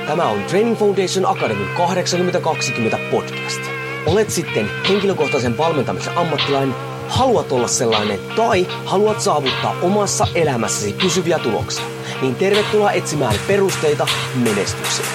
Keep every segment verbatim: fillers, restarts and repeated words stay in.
Tämä on Training Foundation Academy kahdeksankymmentä kaksikymmentä podcast. Olet sitten henkilökohtaisen valmentamisen ammattilainen, haluat olla sellainen tai haluat saavuttaa omassa elämässäsi pysyviä tuloksia, niin tervetuloa etsimään perusteita menestykseen.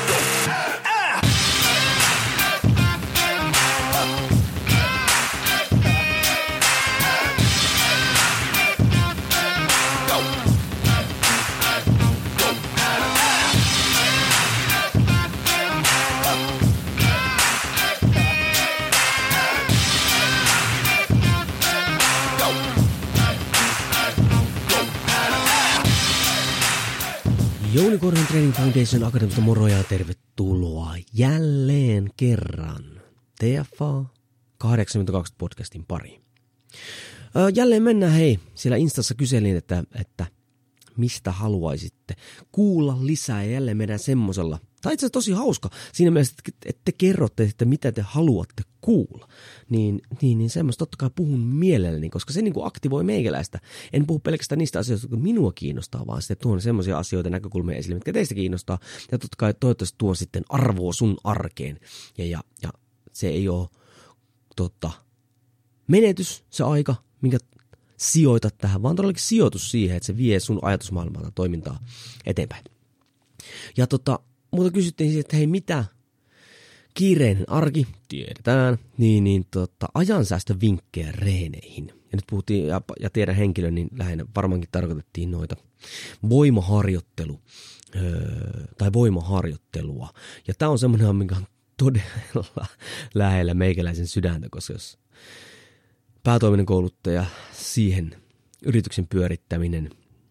Jouni Korhonen Training Foundation Academista moro ja tervetuloa jälleen kerran T F A kahdeksankymmentäkaksi podcastin pariin. Öö, jälleen mennään, hei, siellä Instassa kyselin, että, että mistä haluaisitte kuulla lisää ja jälleen mennään semmosella. Tämä on itse asiassa tosi hauska siinä mielessä, että te kerrotte, että mitä te haluatte kuulla. Niin, niin, niin semmoista totta kai puhun mielelläni, koska se niin kuin aktivoi meikäläistä. En puhu pelkästään niistä asioista, jotka minua kiinnostaa, vaan sitten tuon semmoisia asioita näkökulmia esille, mitkä teistä kiinnostaa. Ja totta kai toivottavasti tuon sitten arvoa sun arkeen. Ja, ja, ja se ei ole tota, menetys, se aika, minkä sijoitat tähän, vaan todellakin sijoitus siihen, että se vie sun ajatusmaailmaa toimintaa eteenpäin. Ja tota, muuta kysyttiin siis, että hei, mitä kiireinen arki, tiedetään, niin, niin tota, ajansäästövinkkejä reeneihin. Ja nyt puhuttiin, ja, ja tiedän henkilön, niin lähinnä varmaankin tarkoitettiin noita voimaharjoittelu, öö, tai voimaharjoittelua. Ja tää on semmoinen, mikä on todella lähellä meikäläisen sydäntä, koska jos päätoiminen kouluttaja, siihen yrityksen pyörittäminen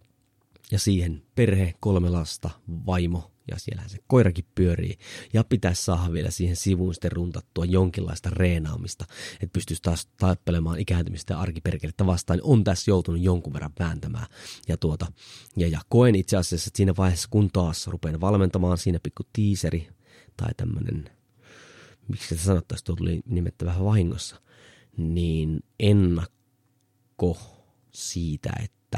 ja siihen perhe, kolme lasta, vaimo ja siellähän se koirakin pyörii ja pitäisi saada vielä siihen sivuun sitten runtattua jonkinlaista reenaamista, että pystyisi taas tappelemaan ikääntymistä ja arkiperkelettä vastaan, niin on tässä joutunut jonkun verran vääntämään ja, tuota, ja, ja koen itse asiassa, että siinä vaiheessa kun taas rupean valmentamaan siinä pikku tiiseri tai tämmöinen, miksi se sanottaisiin, tuo tuli nimettä vähän vahingossa, niin ennakko siitä, että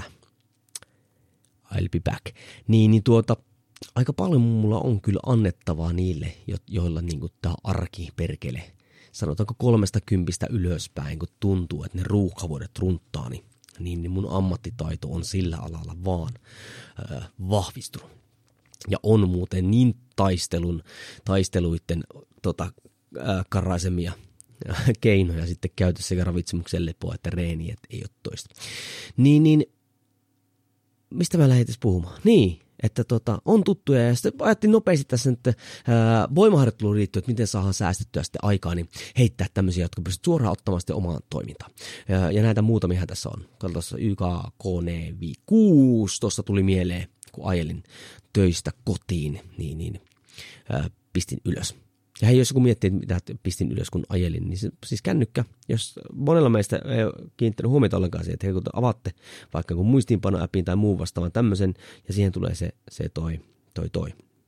I'll be back. Niin, niin tuota, aika paljon mulla on kyllä annettavaa niille, jo, joilla niin tämä arki perkele, sanotaanko kolmesta kympistä ylöspäin, kun tuntuu, että ne ruuhkavuodet runttaa, niin, niin mun ammattitaito on sillä alalla vaan äh, vahvistunut. Ja on muuten niin taistelun, taisteluiden tota, äh, karaisemia keinoja sitten käytössä sekä ravitsemuksen lepoa että reeniä, että ei ole toista. Niin, niin mistä mä lähdin puhumaan? Niin, että tota, on tuttuja ja sitten ajattelin nopeasti tässä nyt ää, voimaharjoitteluun liittyen, että miten saadaan säästettyä sitten aikaa, niin heittää tämmöisiä, jotka pystyt suoraan ottamaan sitten omaan toimintaan. Ja, ja näitä muutamia tässä on. Katsotaan Y K K N V kuusi, tuossa tuli mieleen, kun ajelin töistä kotiin, niin, niin ää, pistin ylös. Ja hei, jos joku miettii, mitä pistin ylös, kun ajelin, niin se, siis kännykkä, jos monella meistä ei ole kiinnittänyt huomiota ollenkaan siihen, että hei, kun avaatte vaikka kun muistiinpanoäppiin tai muun vastaavan tämmöisen, ja siihen tulee se, se toi, toi, toi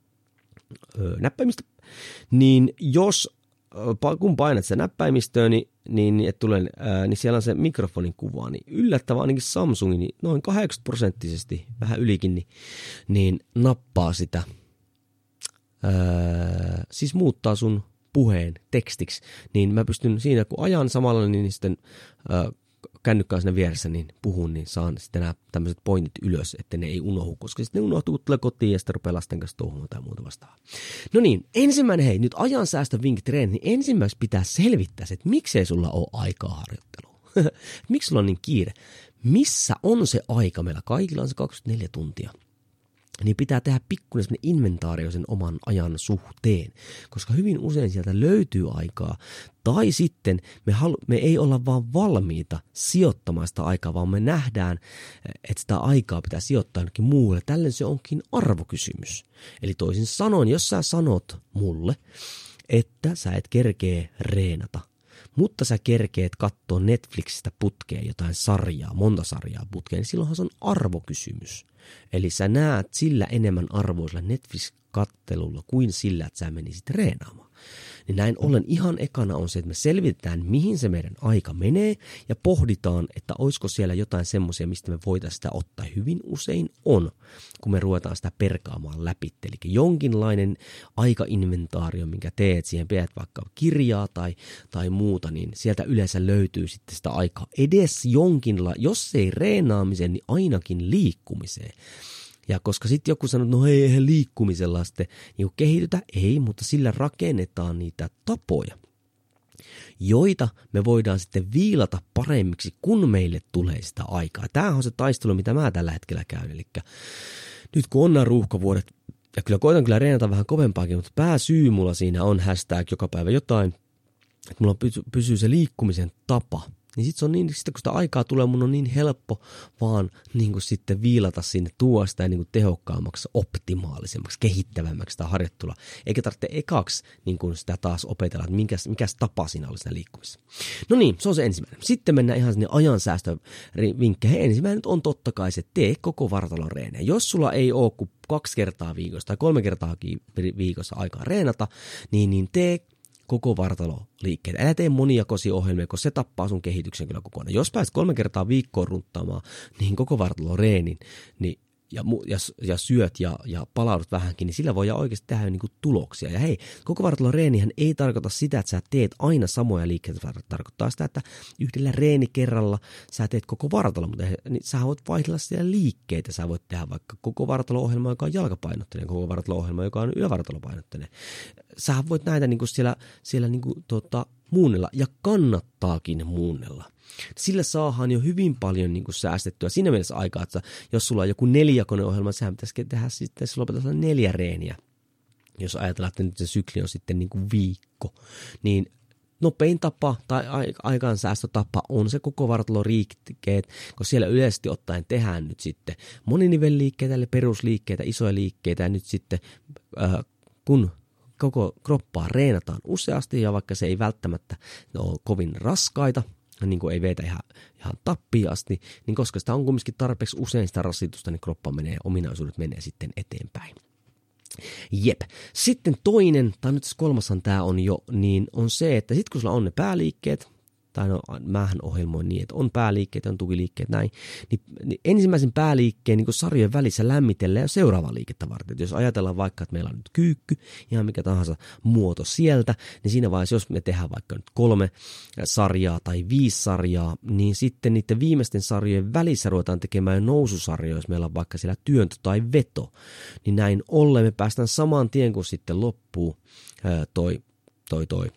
öö, näppäimistö, niin jos, kun painat sitä näppäimistöä, niin, niin, että tulee, ää, niin siellä on se mikrofonin kuva, niin yllättävän ainakin Samsung, niin noin kahdeksankymmentä prosenttisesti, vähän ylikin, niin, niin nappaa sitä. Öö, siis muuttaa sun puheen tekstiksi, niin mä pystyn siinä, kun ajan samalla, niin sitten öö, kännykkä on siinä vieressä, niin puhun, niin saan sitten nämä tämmöiset pointit ylös, että ne ei unohdu, koska sitten ne unohtuu, tulee kotiin ja sitten rupeaa lasten kanssa touhumaan tai muuta vastaavaa. No niin, ensimmäinen, hei, nyt ajansäästö vinkkitreeni, niin ensimmäiseksi pitää selvittää se, että miksei sulla ole aikaa harjoittelua. Miksi sulla on niin kiire? Missä on se aika? Meillä kaikilla on se kaksikymmentäneljä tuntia. Niin pitää tehdä pikkuinen semmoinen inventaario sen oman ajan suhteen, koska hyvin usein sieltä löytyy aikaa, tai sitten me, halu- me ei olla vaan valmiita sijoittamaan sitä aikaa, vaan me nähdään, että sitä aikaa pitää sijoittaa jonnekin muulle. Tällöin se onkin arvokysymys. Eli toisin sanoen, jos sä sanot mulle, että sä et kerkee reenata, mutta sä kerkeet katsoa Netflixistä putkeen jotain sarjaa, monta sarjaa putkeen, niin silloinhan se on arvokysymys. Eli sä näet sillä enemmän arvoisella Netflix-kattelulla kuin sillä, että sä menisit reenaamaan. Niin näin ollen ihan ekana on se, että me selvitetään, mihin se meidän aika menee ja pohditaan, että olisiko siellä jotain semmoisia, mistä me voitaisiin sitä ottaa. Hyvin usein on, kun me ruvetaan sitä perkaamaan läpi. Eli jonkinlainen aikainventaario, minkä teet, siihen pidät vaikka kirjaa tai, tai muuta, niin sieltä yleensä löytyy sitten sitä aikaa edes jonkinlainen, jos ei reenaamiseen, niin ainakin liikkumiseen. Ja koska sitten joku sanoo, että no ei, eihän liikkumisella sitten niin kehitytä, ei, mutta sillä rakennetaan niitä tapoja, joita me voidaan sitten viilata paremmiksi, kun meille tulee sitä aikaa. Tämähän on se taistelu, mitä mä tällä hetkellä käyn. Eli nyt kun on nämä ruuhkavuodet, ja kyllä koitan kyllä reenata vähän kovempaakin, mutta pääsyy mulla siinä on hashtag joka päivä jotain, että mulla pysy, pysyy se liikkumisen tapa. Niin sitten se on niin, sitten kun sitä aikaa tulee, mun on niin helppo vaan niin kuin sitten viilata sinne, tuoda sitä niin kuin tehokkaammaksi, optimaalisemmaksi, kehittävämmäksi sitä harjoittelua. Eikä tarvitse ekaksi niin kuin sitä taas opetella, että minkäs, mikäs tapa siinä oli siinä liikkumisessa. No niin, se on se ensimmäinen. Sitten mennään ihan sinne ajansäästövinkkeihin. Ensimmäinen on totta kai se, tee koko vartalon reenejä. Jos sulla ei ole kuin kaksi kertaa viikossa tai kolme kertaa viikossa aikaa reenata, niin, niin tee koko vartalo liikkeitä. Älä tee monijakoisia ohjelmia, koska se tappaa sun kehityksen kyllä kokonaan. Jos pääset kolme kertaa viikkoon runttaamaan niin koko vartalo reenin niin, ja, ja, ja syöt ja, ja palaudut vähänkin, niin sillä voi oikeasti tehdä niin kuin tuloksia. Ja hei, koko vartalo reenihän ei tarkoita sitä, että sä teet aina samoja liikkeitä. Tarkoittaa sitä, että yhdellä reenikerralla sä teet koko vartalo, mutta niin sä voit vaihdella siellä liikkeitä. Sä voit tehdä vaikka koko vartalo-ohjelma, joka on jalkapainotteinen, koko vartalo-ohjelma, joka on ylävartalopainotteinen. Sä voit näitä niin kuin siellä, siellä niin kuin, tota, muunnella ja kannattaakin muunnella. Sillä saadaan jo hyvin paljon niin kuin säästettyä siinä mielessä aikaa, että jos sulla on joku nelijakoinen ohjelma, sehän pitäisi tehdä sitten, sulla pitäisi olla neljä reeniä. Jos ajatellaan, että nyt se sykli on sitten niin kuin viikko, niin nopein tapa tai aikaansäästötapa on se koko vartaloliikkeet, koska siellä yleisesti ottaen tehdään nyt sitten moninivelliikkeitä, eli perusliikkeitä, isoja liikkeitä ja nyt sitten äh, kun koko kroppaa reenataan useasti ja vaikka se ei välttämättä ole kovin raskaita, niin kuin ei veitä ihan, ihan tappiin asti, niin koska sitä on kumminkin tarpeeksi usein sitä rasitusta, niin kroppa menee, ominaisuudet menee sitten eteenpäin. Jep. Sitten toinen, tai nyt kolmashan tämä on jo, niin on se, että sitten kun sulla on ne pääliikkeet, tai no, mähän ohjelmoin niin, että on pääliikkeet, on tukiliikkeet, näin, niin, niin ensimmäisen pääliikkeen niin sarjojen välissä lämmitellään jo seuraavaa liikettä varten. Et jos ajatellaan vaikka, että meillä on nyt kyykky, ihan mikä tahansa muoto sieltä, niin siinä vaiheessa, jos me tehdään vaikka nyt kolme sarjaa tai viisi sarjaa, niin sitten niiden viimeisten sarjojen välissä ruvetaan tekemään noususarjoja, jos meillä on vaikka siellä työntö tai veto, niin näin ollen me päästään saman tien, kun sitten loppuu toi, toi, toi.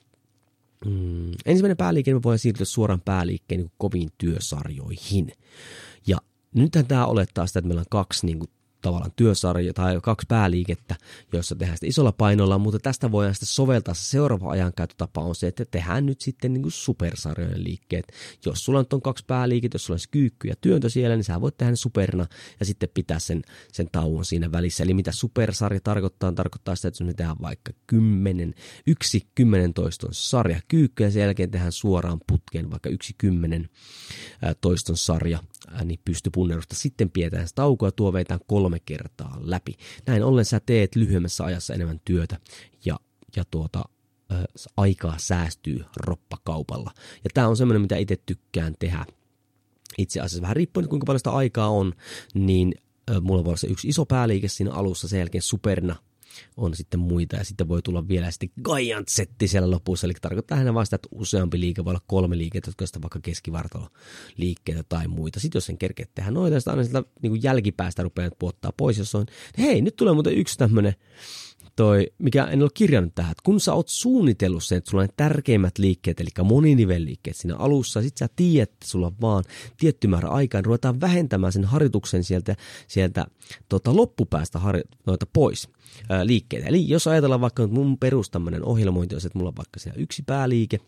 Mm, ensimmäinen pääliike, me voidaan siirtyä suoraan pääliikkeen niin koviin työsarjoihin. Ja nythän tämä olettaa sitä, että meillä on kaksi niin kuin, tavallaan työsarjoja tai kaksi pääliikettä, joissa tehdään sitä isolla painolla, mutta tästä voidaan sitten soveltaa. Se seuraava ajankäyttötapa on se, että tehdään nyt sitten niin kuin supersarjojen liikkeet. Jos sulla nyt on kaksi pääliikettä, jos sulla on kyykky ja työntö siellä, niin sä voit tehdä ne superna ja sitten pitää sen, sen tauon siinä välissä. Eli mitä supersarja tarkoittaa, tarkoittaa sitä, että me tehdään vaikka kymmenen, yksi kymmenen toiston sarja kyykky ja sen jälkeen tehdään suoraan putkeen vaikka yksi kymmenen toiston sarja, niin pystypunnerusta. Sitten pidetään sitä taukoa ja tuo veitään kolme kertaa läpi. Näin ollen sä teet lyhyemmässä ajassa enemmän työtä ja, ja tuota, ä, aikaa säästyy roppakaupalla. Ja tää on semmoinen, mitä itse tykkään tehdä. Itse asiassa vähän riippuen, kuinka paljon sitä aikaa on, niin ä, mulla voi olla se yksi iso pääliike siinä alussa, sen jälkeen superna on sitten muita ja sitten voi tulla vielä sitten giant-setti siellä lopussa, eli tarkoittaa lähinnä vaan sitä, että useampi liike voi olla kolme liikettä, jotka on vaikka keskivartaloliikkeitä tai muita. Sitten jos sen kerkeet tehdä noita, niin sitä aina sieltä niin kuin jälkipäästä rupeaa puottaa pois, jos on, hei, nyt tulee muuten yksi tämmöinen, toi, mikä en ole kirjannut tähän, että kun sä oot suunnitellut sen, että sulla on ne tärkeimmät liikkeet, eli moninivelliikkeet siinä alussa, sit sä tiedät, että sulla on vaan tietty määrä aikaa, niin ruvetaan vähentämään sen harjoituksen sieltä, sieltä tota, loppupäästä harjo- noita pois ää, liikkeitä. Eli jos ajatellaan vaikka mun perus tämmöinen ohjelmointi, on se, että mulla on vaikka siellä yksi pääliike,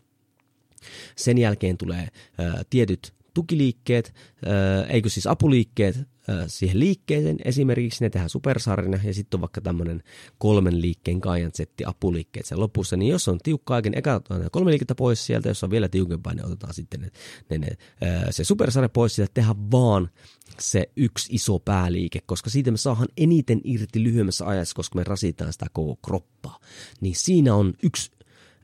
sen jälkeen tulee ää, tietyt tukiliikkeet, ää, eikö siis apuliikkeet ää, siihen liikkeeseen, esimerkiksi ne tehdään supersarjana ja sitten on vaikka tämmöinen kolmen liikkeen giant-setti apuliikkeet sen lopussa, niin jos on tiukka aikin, eka otetaan kolme liikettä pois sieltä, jos on vielä tiukempaa, niin otetaan sitten ne, ne, ne, ää, se supersarja pois sieltä, tehdään vaan se yksi iso pääliike, koska siitä me saadaan eniten irti lyhyemmässä ajassa, koska me rasitaan sitä koko kroppaa, niin siinä on yksi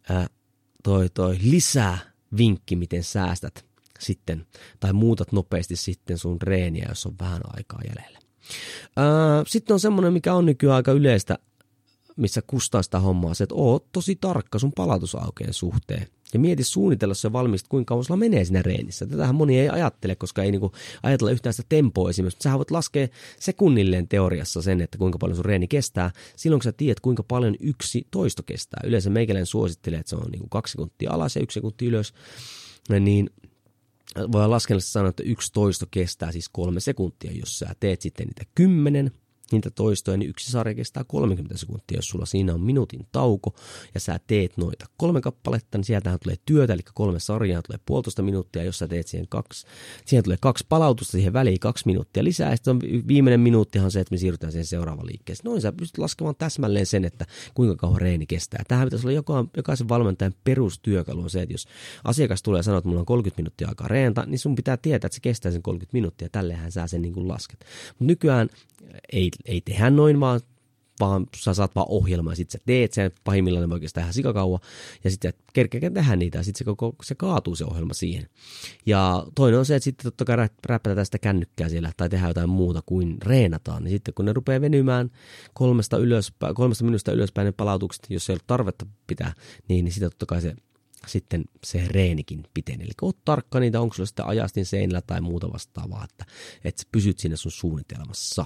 ää, toi, toi lisää vinkki, miten säästät sitten, tai muutat nopeasti sitten sun reeniä, jos on vähän aikaa jäljellä. Ää, sitten on semmoinen, mikä on nykyään aika yleistä, missä kustaa sitä hommaa, se, että oot tosi tarkka sun palautusaukeen suhteen. Ja mieti suunnitella se valmista, kuinka kauan sulla menee siinä reenissä. Tätähän moni ei ajattele, koska ei niinku ajatella yhtään sitä tempoa esimerkiksi. Sähän voit laskea sekunnilleen teoriassa sen, että kuinka paljon sun reeni kestää. Silloin kun sä tiedät, kuinka paljon yksi toisto kestää. Yleensä meikäläinen suosittelee, että se on niinku kaksi sekuntia alas ja yksi sekunti ylös. Niin voi laskennallisesti sanoa, että yksi toisto kestää siis kolme sekuntia. Jos sä teet sitten niitä kymmenen niitä toistoja, niin yksi sarja kestää kolmekymmentä sekuntia. Jos sulla siinä on minuutin tauko ja sä teet noita kolme kappaletta, niin sieltähän tulee työtä, eli kolme sarjaa tulee puolitoista minuuttia. Jos sä teet siihen kaksi, siihen tulee kaksi palautusta siihen väliin, kaksi minuuttia lisää. Ja sitten on viimeinen minuuttihan on se, että me siirrytään siihen seuraavaan liikkeeseen. Noin sä pystyt laskemaan täsmälleen sen, että kuinka kauan reeni kestää. Tähän pitäisi olla joka, jokaisen valmentajan perustyökalu on se, että jos asiakas tulee ja sanoo, että mulla on kolmekymmentä minuuttia aikaa reenata, niin sun pitää tietää, että se kestää sen kolmekymmentä minuuttia. Tälleenhän sä sen niin kuin lasket. Mutta nykyään ei Ei tehdä noin, vaan, vaan sä saat vaan ohjelmaa ja sit sä teet sen, pahimmillaan ne oikeastaan ihan sikakauan ja sitten kerkeä tehdä niitä ja sitten se, koko, se kaatuu se ohjelma siihen. Ja toinen on se, että sitten totta kai räppätään sitä kännykkää siellä tai tehdään jotain muuta kuin reenataan. Niin sitten kun ne rupeaa venymään kolmesta, ylöspäin, kolmesta minuutista ylöspäin ne palautukset, jos ei ole tarvetta pitää, niin, niin sitten totta kai se sitten se reenikin piteni. Eli oot tarkka niitä, onko sulla sitten ajastin seinällä tai muuta vastaavaa, että, että sä pysyt siinä sun suunnitelmassa.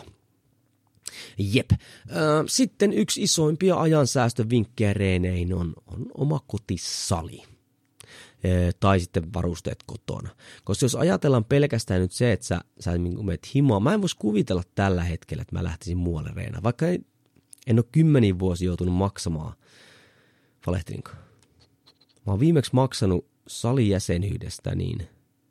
Jep. Sitten yksi isoimpia ajansäästövinkkejä reeneihin on, on oma kotisali. Tai sitten varusteet kotona. Koska jos ajatellaan pelkästään nyt se, että sä, sä menet himaan, mä en voisi kuvitella tällä hetkellä, että mä lähtisin muualle reenaan. Vaikka en, en ole kymmeniä vuosia joutunut maksamaan. Valehtelinko? Mä oon viimeksi maksanut salijäsenyydestä niin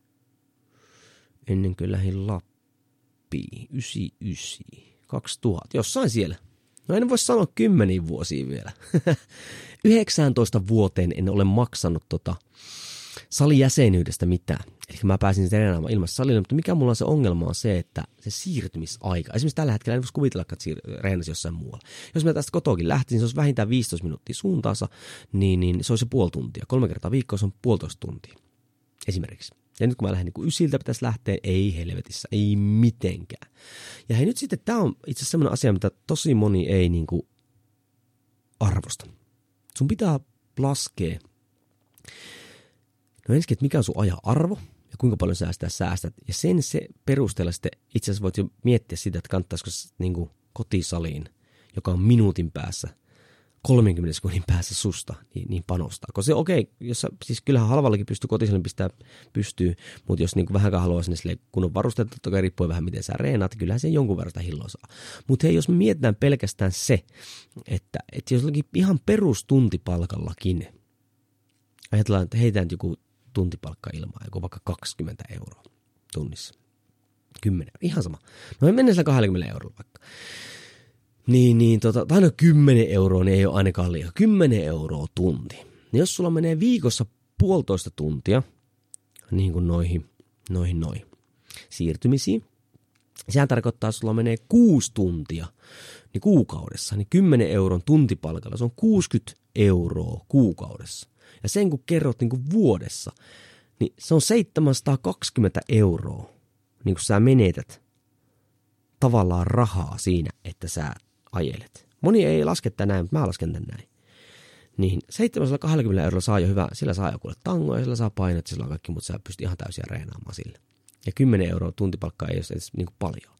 ennen kuin lähdin Lappiin. yhdeksänkymmentäyhdeksän. kaksituhatta, jossain siellä. No en voi sanoa kymmeniä vuosia vielä. yhdeksäntoista vuoteen en ole maksanut tota salijäsenyydestä mitään. Eli mä pääsin treenaamaan ilmassa salille, mutta mikä mulla on se ongelma on se, että se siirtymisaika. Esimerkiksi tällä hetkellä en voisi kuvitella, että reenasi jossain muualla. Jos mä tästä kotoakin lähtisin, se olisi vähintään viisitoista minuuttia suuntaansa, niin, niin se olisi puoli tuntia. Kolme kertaa viikkoa se on puolitoista tuntia. Esimerkiksi. Ja nyt kun mä lähden niin kuin ysiltä pitäisi lähteä, ei helvetissä, ei mitenkään. Ja hei nyt sitten, tämä on itse asiassa sellainen asia, mitä tosi moni ei niin kuin arvosta. Sun pitää laskea, no ensinnäkin, että mikä on sun ajan arvo ja kuinka paljon sä sitä säästät. Ja sen se perusteella sitten itse asiassa voit jo miettiä sitä, että kannattaisiko niin kuin kotisaliin, joka on minuutin päässä, kolmenkymmenen sekunnin päässä susta, niin, niin panostaa. Koska se okei, okay, jos siis kyllähän halvallakin pystyy kotisalin pistää pystyy, mutta jos niin kuin vähänkään haluaa sinne sille kunnon varusteet, totta kai riippuu vähän miten sä reenaat, kyllähän se jonkun verran sitä hilloa saa. Mutta hei, jos me mietitään pelkästään se, että, että jos jollakin ihan perustuntipalkallakin, ajatellaan, että heitään joku tuntipalkka ilmaa, joku vaikka kaksikymmentä euroa tunnissa, kymmenen, ihan sama. No me mennään sillä kaksikymmentä eurolla vaikka. Niin, niin tota, tai no kymmenen euroa, niin ei ole ainakaan liikaa. kymmenen euroa tunti. Niin jos sulla menee viikossa puolitoista tuntia, niin kuin noihin, noihin, noihin siirtymisiin, sehän tarkoittaa, että sulla menee kuusi tuntia niin kuukaudessa, niin kymmenen euron tuntipalkalla, se on kuusikymmentä euroa kuukaudessa. Ja sen kun kerrot niin kuin vuodessa, niin se on seitsemänsataakaksikymmentä euroa, niin kun sä menetät tavallaan rahaa siinä, että sä ajelet. Moni ei laske tän näin, mutta mä lasken tän näin. Niin seitsemänsataakaksikymmentä eurolla saa jo hyvä, sillä saa jo kuule tangoja, sillä saa painot, sillä on kaikki, mutta sä pystyt ihan täysin reenaamaan sillä. Ja kymmenen euroa tuntipalkkaa ei ole edes niin kuin paljon.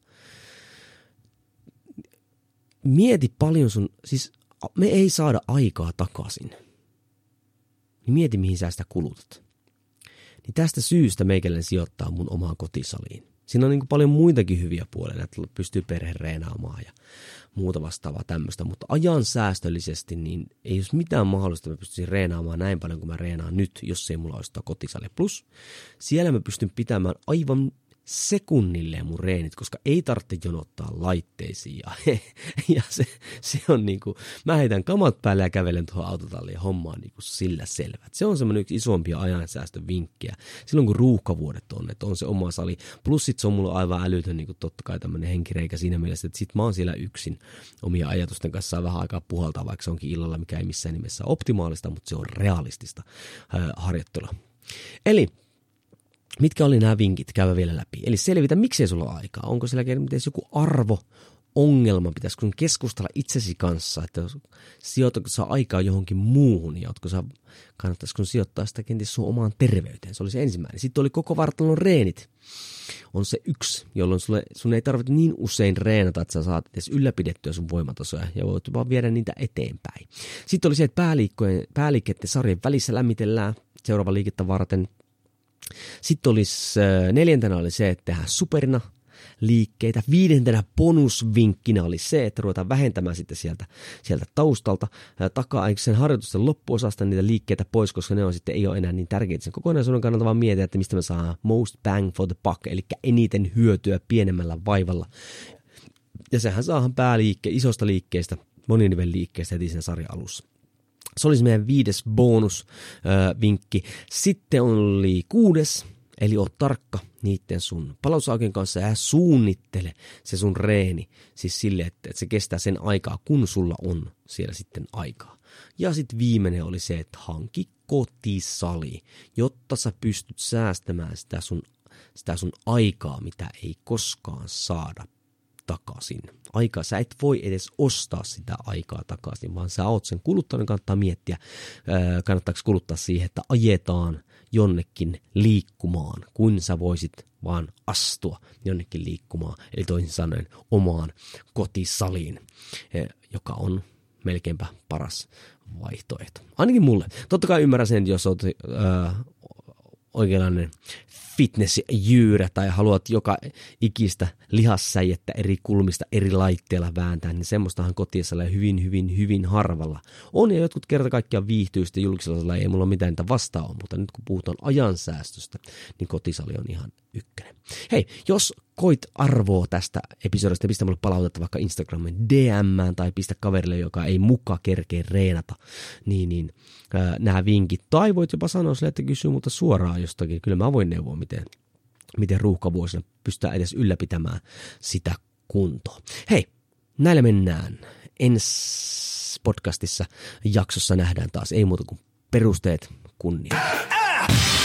Mieti paljon sun, siis me ei saada aikaa takaisin. Niin mieti mihin sä sitä kulutat. Niin tästä syystä meikäläinen sijoittaa mun omaan kotisaliin. Siinä on niin kuin paljon muitakin hyviä puolia, että pystyy perhe reenaamaan ja muuta vastaavaa tämmöistä, mutta ajan säästöllisesti niin ei olisi mitään mahdollista, että mä pystyisin reenaamaan näin paljon kuin mä reenaan nyt, jos ei mulla olisi sitä kotisali. Plus siellä mä pystyn pitämään aivan sekunnilleen mun reenit, koska ei tarvitse jonottaa laitteisiin. Ja, ja se, se on niinku, mä heitän kamat päälle ja kävelen tuohon autotalliin ja hommaan niinku sillä selvä. Se on semmoinen yksi isompia ajansäästövinkkejä. Silloin kun ruuhkavuodet on, että on se oma sali. Plus sit se on mulla aivan älytön niinku totta kai tämmöinen henkireikä siinä mielessä, että sit mä oon siellä yksin omia ajatusten kanssa saa vähän aikaa puhaltaa, vaikka se onkin illalla, mikä ei missään nimessä optimaalista, mutta se on realistista ää, harjoittelua. Eli mitkä oli nämä vinkit? Käydä vielä läpi. Eli selvitä, miksei sulla ole aikaa. Onko siellä kenties joku arvo, ongelma, pitäisikö sun keskustella itsesi kanssa, että sijoitatko sä aikaa johonkin muuhun ja sä, kannattaisiko sun sijoittaa sitä kenties sun omaan terveyteen. Se oli se ensimmäinen. Sitten oli koko vartalon reenit. On se yksi, jolloin sulle, sun ei tarvitse niin usein reenata, että sä saat edes ylläpidettyä sun voimatasoja ja voit vaan viedä niitä eteenpäin. Sitten oli se, että pääliikkeiden sarjan välissä lämmitellään seuraava liikettä varten. Sitten olisi neljäntenä oli se, että tehdään superina liikkeitä. Viidentenä bonusvinkkinä oli se, että ruvetaan vähentämään sitten sieltä, sieltä taustalta takaa sen harjoitusten loppuosasta niitä liikkeitä pois, koska ne on sitten ei ole enää niin tärkeitä sen kokonaisuuden kannalta, vaan miettiä, että mistä me saadaan most bang for the buck, eli eniten hyötyä pienemmällä vaivalla. Ja sehän saadaan pääliikke isosta liikkeestä, moninivel liikkeestä heti sen sarjan alussa. Se olisi meidän viides bonusvinkki. Sitten oli kuudes, eli oot tarkka niiden sun palautusauken kanssa ja suunnittele se sun reeni. Siis sille, että, että se kestää sen aikaa, kun sulla on siellä sitten aikaa. Ja sitten viimeinen oli se, että hanki kotisali, jotta sä pystyt säästämään sitä sun, sitä sun aikaa, mitä ei koskaan saada takaisin. Aikaa, sä et voi edes ostaa sitä aikaa takaisin, vaan sä oot sen kuluttanut, kannattaa miettiä, ää, kannattaako kuluttaa siihen, että ajetaan jonnekin liikkumaan, kun sä voisit vaan astua jonnekin liikkumaan, eli toisin sanoen omaan kotisaliin, joka on melkeinpä paras vaihtoehto. Ainakin mulle. Totta kai ymmärrän sen, jos oot ää, oikeanlainen fitnessjyyrä tai haluat joka ikistä lihassäijettä eri kulmista eri laitteilla vääntää, niin semmoistahan kotisalilla hyvin, hyvin, hyvin harvalla on. Ja jotkut kerta kaikkiaan viihtyy sitten julkisella, ei mulla mitään niitä vastaan on, mutta nyt kun puhutaan ajansäästöstä, niin kotisali on ihan ykkönen. Hei, jos koit arvoa tästä episodista, pistä mulle palautetta vaikka Instagramin D M:ään tai pistä kaverille, joka ei muka kerkeä reenata, niin, niin äh, nämä vinkit. Tai voit jopa sanoa sille, että kysyy multa suoraan jostakin. Kyllä mä voin neuvoa, miten, miten ruuhkavuosina pystytään edes ylläpitämään sitä kuntoa. Hei, näillä mennään. Ensi podcastissa jaksossa nähdään taas. Ei muuta kuin perusteet kunnia.